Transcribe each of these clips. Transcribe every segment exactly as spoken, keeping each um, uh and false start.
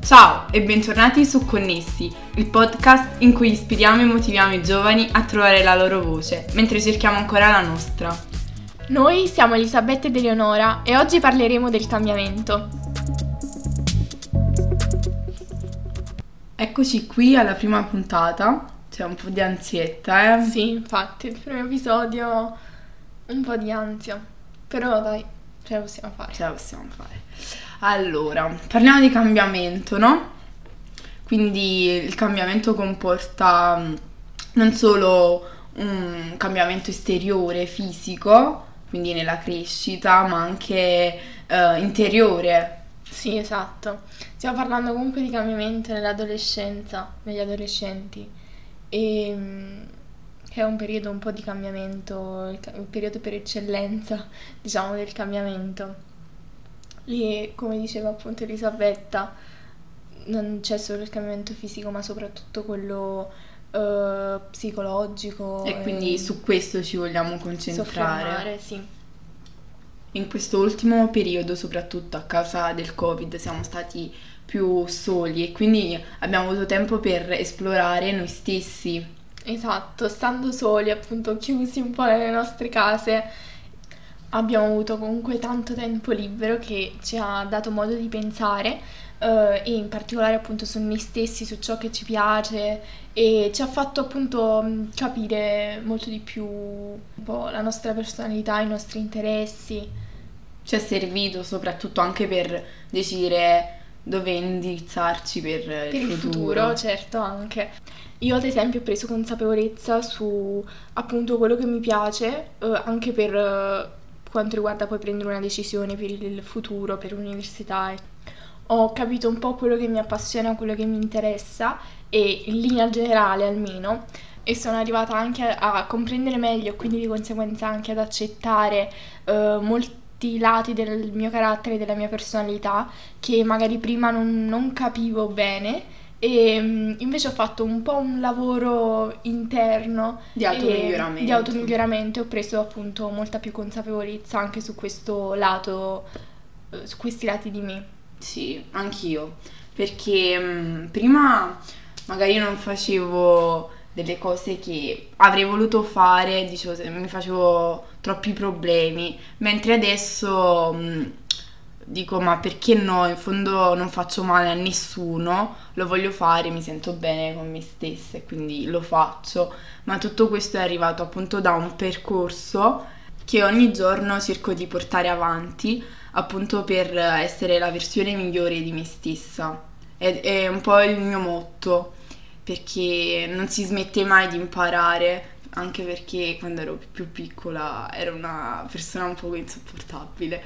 Ciao e bentornati su Connessi, il podcast in cui ispiriamo e motiviamo i giovani a trovare la loro voce, mentre cerchiamo ancora la nostra. Noi siamo Elisabetta ed Eleonora e oggi parleremo del cambiamento. Eccoci qui alla prima puntata, c'è un po' di ansietta, eh? Sì, infatti, il primo episodio un po' di ansia, però dai, ce la possiamo fare. Ce la possiamo fare. Allora, parliamo di cambiamento, no? Quindi il cambiamento comporta non solo un cambiamento esteriore, fisico, quindi nella crescita, ma anche eh, interiore. Sì, esatto. Stiamo parlando comunque di cambiamento nell'adolescenza, negli adolescenti, e mm, che è un periodo un po' di cambiamento, il, ca- il periodo per eccellenza, diciamo, del cambiamento. E come diceva appunto Elisabetta, non c'è solo il cambiamento fisico, ma soprattutto quello eh, psicologico. E quindi su questo ci vogliamo concentrare. Soffermare, sì. In questo ultimo periodo, soprattutto a causa del Covid, siamo stati più soli e quindi abbiamo avuto tempo per esplorare noi stessi. Esatto, stando soli, appunto chiusi un po' nelle nostre case, abbiamo avuto comunque tanto tempo libero che ci ha dato modo di pensare eh, e in particolare appunto su noi stessi, su ciò che ci piace, e ci ha fatto appunto mh, capire molto di più un po' la nostra personalità, i nostri interessi. Ci è servito soprattutto anche per decidere dove indirizzarci per, Per il il futuro. futuro, certo, anche. Io ad esempio ho preso consapevolezza su appunto quello che mi piace, eh, anche per eh, quanto riguarda poi prendere una decisione per il futuro, per l'università. Ho capito un po' quello che mi appassiona, quello che mi interessa, e in linea generale almeno, e sono arrivata anche a, a comprendere meglio, quindi di conseguenza anche ad accettare eh, molti lati del mio carattere, della mia personalità, che magari prima non, non capivo bene. E mm, invece ho fatto un po' un lavoro interno Di e- automiglioramento. di automiglioramento e ho preso appunto molta più consapevolezza anche su questo lato, eh, su questi lati di me. Sì, anch'io, perché mh, prima magari non facevo delle cose che avrei voluto fare, dicevo, se- mi facevo troppi problemi, mentre adesso mh, dico, ma perché no? In fondo non faccio male a nessuno, lo voglio fare, mi sento bene con me stessa e quindi lo faccio, ma tutto questo è arrivato appunto da un percorso che ogni giorno cerco di portare avanti appunto per essere la versione migliore di me stessa. È, è un po' il mio motto, perché non si smette mai di imparare, anche perché quando ero più piccola ero una persona un po' insopportabile.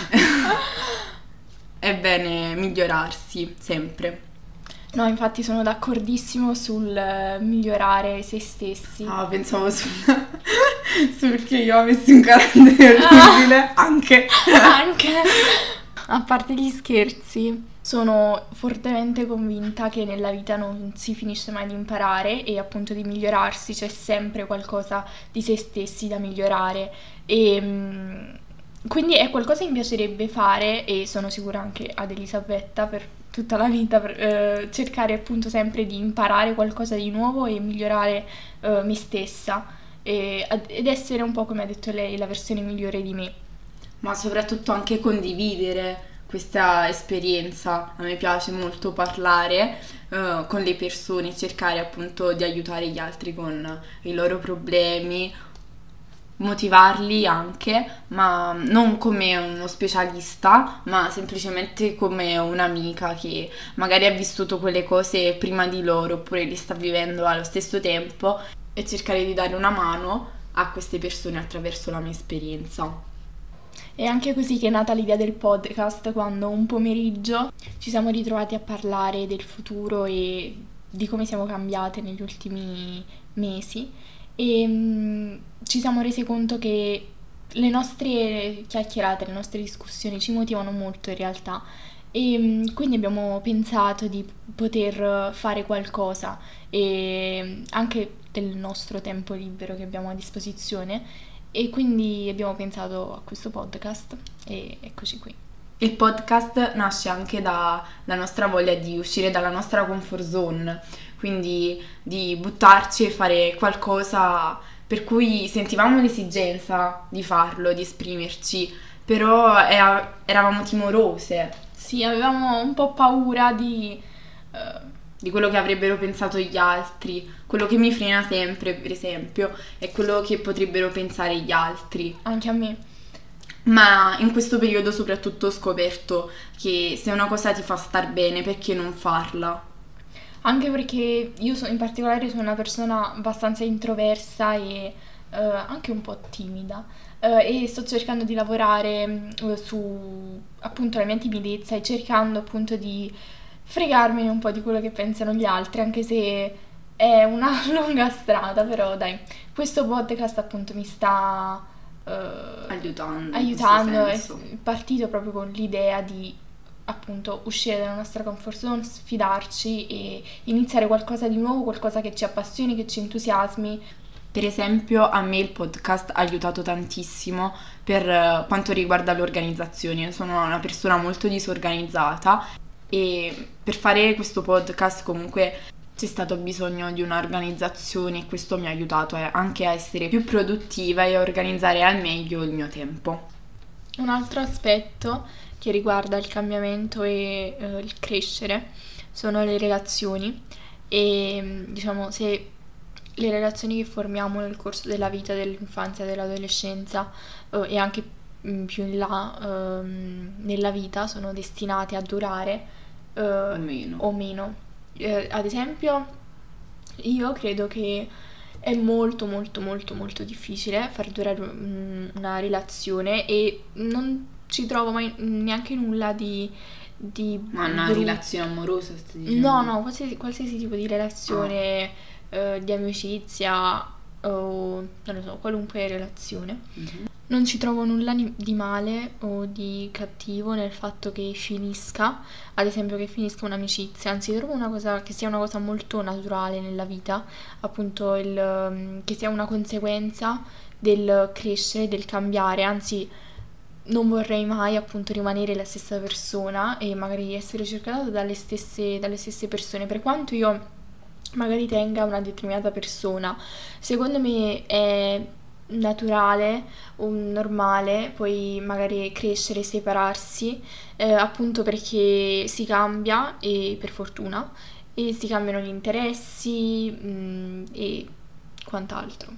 È bene migliorarsi sempre. No, infatti sono d'accordissimo sul eh, migliorare se stessi. Ah, pensavo sul, sul che io avessi un carattere orribile, anche. Anche a parte gli scherzi, sono fortemente convinta che nella vita non si finisce mai di imparare e appunto di migliorarsi, c'è sempre qualcosa di se stessi da migliorare, e mm, quindi è qualcosa che mi piacerebbe fare, e sono sicura anche ad Elisabetta per tutta la vita, per, eh, cercare appunto sempre di imparare qualcosa di nuovo e migliorare eh, me stessa, e- ad- ed essere un po', come ha detto lei, la versione migliore di me. Ma soprattutto anche condividere questa esperienza. A me piace molto parlare eh, con le persone, cercare appunto di aiutare gli altri con i loro problemi, motivarli anche, ma non come uno specialista, ma semplicemente come un'amica che magari ha vissuto quelle cose prima di loro oppure li sta vivendo allo stesso tempo, e cercare di dare una mano a queste persone attraverso la mia esperienza. È anche così che è nata l'idea del podcast, quando un pomeriggio ci siamo ritrovati a parlare del futuro e di come siamo cambiate negli ultimi mesi, e mm, ci siamo resi conto che le nostre chiacchierate, le nostre discussioni ci motivano molto in realtà, e mm, quindi abbiamo pensato di poter fare qualcosa, e anche del nostro tempo libero che abbiamo a disposizione, e quindi abbiamo pensato a questo podcast e eccoci qui. Il podcast nasce anche dalla nostra voglia di uscire dalla nostra comfort zone, quindi di buttarci e fare qualcosa per cui sentivamo l'esigenza di farlo, di esprimerci, però era- eravamo timorose Sì, avevamo un po' paura di... eh, di quello che avrebbero pensato gli altri. Quello che mi frena sempre, per esempio, è quello che potrebbero pensare gli altri. anche a me. Ma in questo periodo soprattutto ho scoperto che se una cosa ti fa star bene, perché non farla? Anche perché io so- in particolare sono una persona abbastanza introversa e eh, anche un po' timida. Eh, e sto cercando di lavorare mm, su appunto la mia timidezza e cercando appunto di fregarmene un po' di quello che pensano gli altri, anche se è una lunga strada, però dai, questo podcast appunto mi sta eh, Aiutando, in questo aiutando, è senso. partito proprio con l'idea di appunto uscire dalla nostra comfort zone, sfidarci e iniziare qualcosa di nuovo, qualcosa che ci appassioni, che ci entusiasmi. Per esempio, a me il podcast ha aiutato tantissimo per eh, quanto riguarda l'organizzazione. Io sono una persona molto disorganizzata e per fare questo podcast comunque c'è stato bisogno di un'organizzazione e questo mi ha aiutato eh, anche a essere più produttiva e a organizzare al meglio il mio tempo. Un altro aspetto che riguarda il cambiamento e eh, il crescere sono le relazioni e mm, diciamo se le relazioni che formiamo nel corso della vita, dell'infanzia, dell'adolescenza eh, e anche mm, più in là ehm, nella vita sono destinate a durare eh, O meno. o meno. Eh, ad esempio, io credo che è molto molto molto molto difficile far durare un- una relazione e non ci trovo mai neanche nulla di, di Ma una brutto. relazione amorosa, stai dicendo? No, no, qualsiasi, qualsiasi tipo di relazione, eh, di amicizia o non lo so, qualunque relazione. Mhm. Non ci trovo nulla ni- di male o di cattivo nel fatto che finisca, ad esempio che finisca un'amicizia, anzi trovo una cosa che sia una cosa molto naturale nella vita, appunto il, um, che sia una conseguenza del crescere, del cambiare, anzi non vorrei mai appunto rimanere la stessa persona e magari essere circondata dalle stesse, dalle stesse persone, per quanto io magari tenga una determinata persona, secondo me è naturale o normale poi magari crescere e separarsi, eh, appunto perché si cambia e per fortuna e si cambiano gli interessi mm, e quant'altro.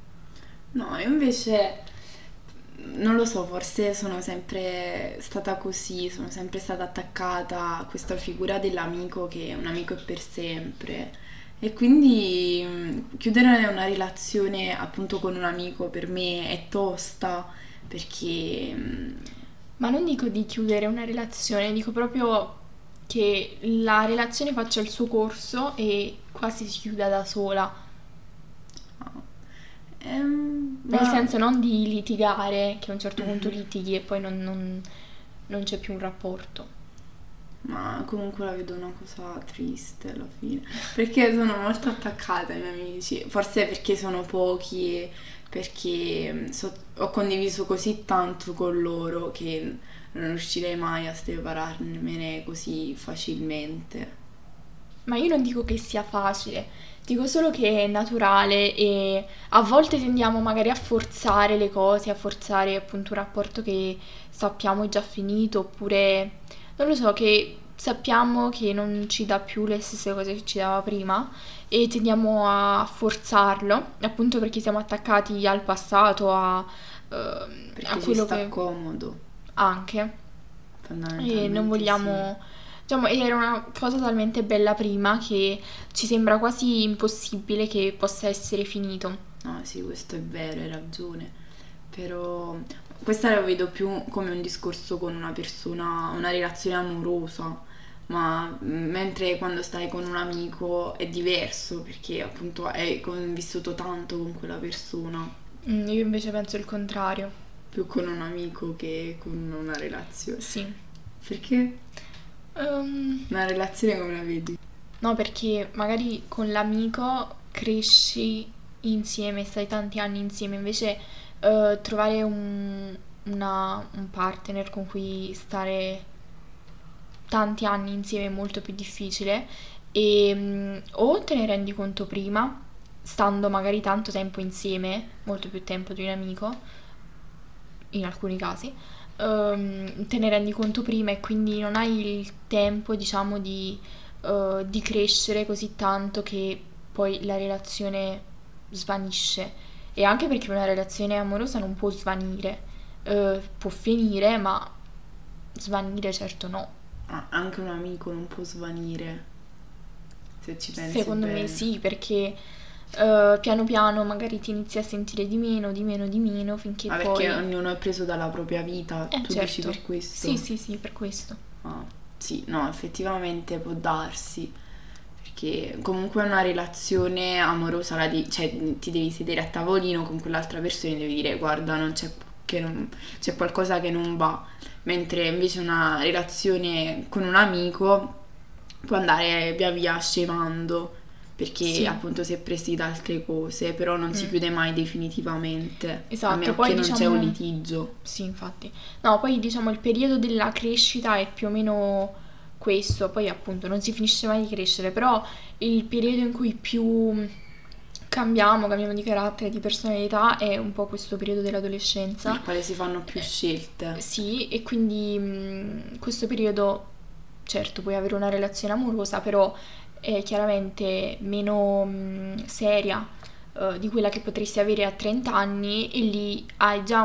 No, io invece non lo so, forse sono sempre stata così, sono sempre stata attaccata a questa figura dell'amico che un amico è per sempre. E quindi mh, chiudere una relazione appunto con un amico per me è tosta perché mh, Ma non dico di chiudere una relazione, dico proprio che la relazione faccia il suo corso e quasi si chiuda da sola. ehm, Nel ma- senso non di litigare, che a un certo punto litighi e poi non, non- non c'è più un rapporto. Ma comunque la vedo una cosa triste alla fine, perché sono molto attaccata ai miei amici, forse perché sono pochi, perché mm, so- ho condiviso così tanto con loro che non riuscirei mai a separarmene così facilmente. Ma io non dico che sia facile, dico solo che è naturale e a volte tendiamo magari a forzare le cose, a forzare appunto un rapporto che sappiamo è già finito, oppure non lo so, che sappiamo che non ci dà più le stesse cose che ci dava prima e tendiamo a forzarlo, appunto perché siamo attaccati al passato, a, ehm, Perché a ci quello sta che comodo, anche. E non fondamentalmente vogliamo, diciamo, era una cosa talmente bella prima che ci sembra quasi impossibile che possa essere finito. sì. No, sì, questo è vero, hai ragione, però questa la vedo più come un discorso con una persona, una relazione amorosa, ma mm, mentre quando stai con un amico è diverso perché appunto hai convissuto tanto con quella persona, Mm, io invece penso il contrario. più con un amico che con una relazione. Sì. Perché Ehm, una relazione come la vedi? no, perché magari con l'amico cresci insieme, stai tanti anni insieme, invece eh, trovare un, una, un partner con cui stare tanti anni insieme è molto più difficile, e mm, o te ne rendi conto prima, stando magari tanto tempo insieme, molto più tempo di un amico, in alcuni casi, ehm, te ne rendi conto prima e quindi non hai il tempo, diciamo, di, eh, di crescere così tanto che poi la relazione svanisce. E anche perché una relazione amorosa non può svanire, eh, può finire, ma svanire certo no. Ah, anche un amico non può svanire, se ci pensi Secondo bene. me sì, perché eh, piano piano magari ti inizi a sentire di meno, di meno, di meno, finché Ma poi... perché ognuno è preso dalla propria vita, Eh, tu certo. dici per questo? Sì, sì, sì, per questo. Ah, sì, no, effettivamente può darsi, perché comunque una relazione amorosa, la di- cioè ti devi sedere a tavolino con quell'altra persona e devi dire guarda, non c'è, che non- c'è qualcosa che non va, mentre invece una relazione con un amico può andare via via scemando, perché Sì. appunto si è presi da altre cose, però non si Mm. chiude mai definitivamente, Esatto, a meno poi che non c'è diciamo- un litigio. Sì, infatti. No, poi diciamo il periodo della crescita è più o meno questo, poi appunto non si finisce mai di crescere, però il periodo in cui più cambiamo, cambiamo di carattere, di personalità è un po' questo periodo dell'adolescenza. Nel quale si fanno più scelte. Sì, e quindi mh, questo periodo, certo, puoi avere una relazione amorosa, però è chiaramente meno mh, seria eh, di quella che potresti avere a trenta anni, e lì hai già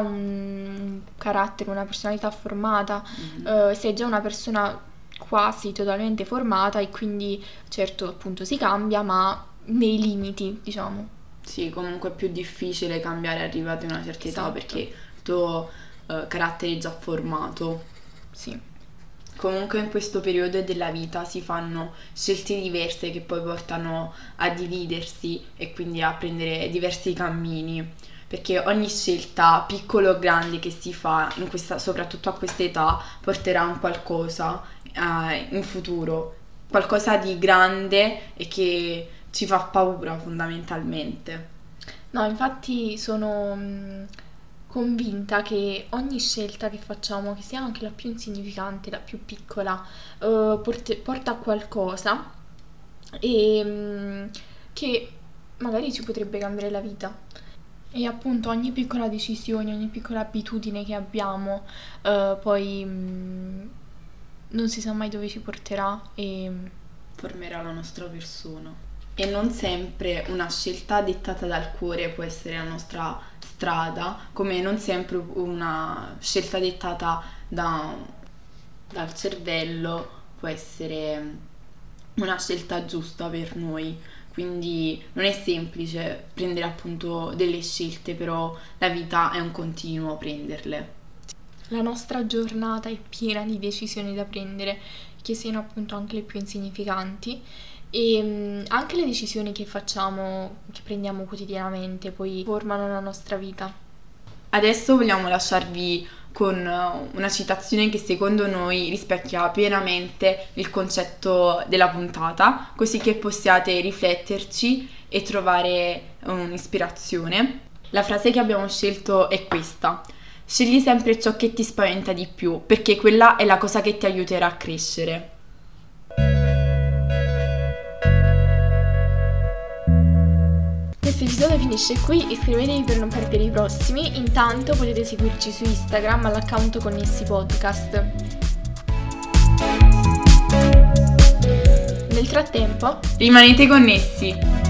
un carattere, una personalità formata, eh, sei già una persona quasi totalmente formata, e quindi certo appunto si cambia, ma nei limiti, diciamo. Sì, comunque è più difficile cambiare arrivati a una certa età Esatto. perché il tuo eh, carattere è già formato. Sì. Comunque in questo periodo della vita si fanno scelte diverse che poi portano a dividersi e quindi a prendere diversi cammini, perché ogni scelta, piccola o grande, che si fa in questa, soprattutto a questa età, porterà a un qualcosa eh, in futuro, qualcosa di grande e che ci fa paura fondamentalmente. No, infatti sono mh, convinta che ogni scelta che facciamo, che sia anche la più insignificante, la più piccola, eh, porte- porta a qualcosa, e mh, che magari ci potrebbe cambiare la vita. E appunto ogni piccola decisione, ogni piccola abitudine che abbiamo, eh, poi mh, non si sa mai dove ci porterà, e Formerà la nostra persona. E non sempre una scelta dettata dal cuore può essere la nostra strada, come non sempre una scelta dettata da- dal cervello può essere una scelta giusta per noi. Quindi non è semplice prendere appunto delle scelte, però la vita è un continuo prenderle. la nostra giornata è piena di decisioni da prendere, che siano appunto anche le più insignificanti, e mh, anche le decisioni che facciamo, che prendiamo quotidianamente, poi formano la nostra vita. Adesso vogliamo lasciarvi con eh, una citazione che secondo noi rispecchia pienamente il concetto della puntata, così che possiate rifletterci e trovare un'ispirazione. La frase che abbiamo scelto è questa: scegli sempre ciò che ti spaventa di più, perché quella è la cosa che ti aiuterà a crescere. Questo episodio finisce qui, iscrivetevi per non perdere i prossimi. Intanto potete seguirci su Instagram all'account Connessi Podcast. Nel frattempo, Rimanete connessi!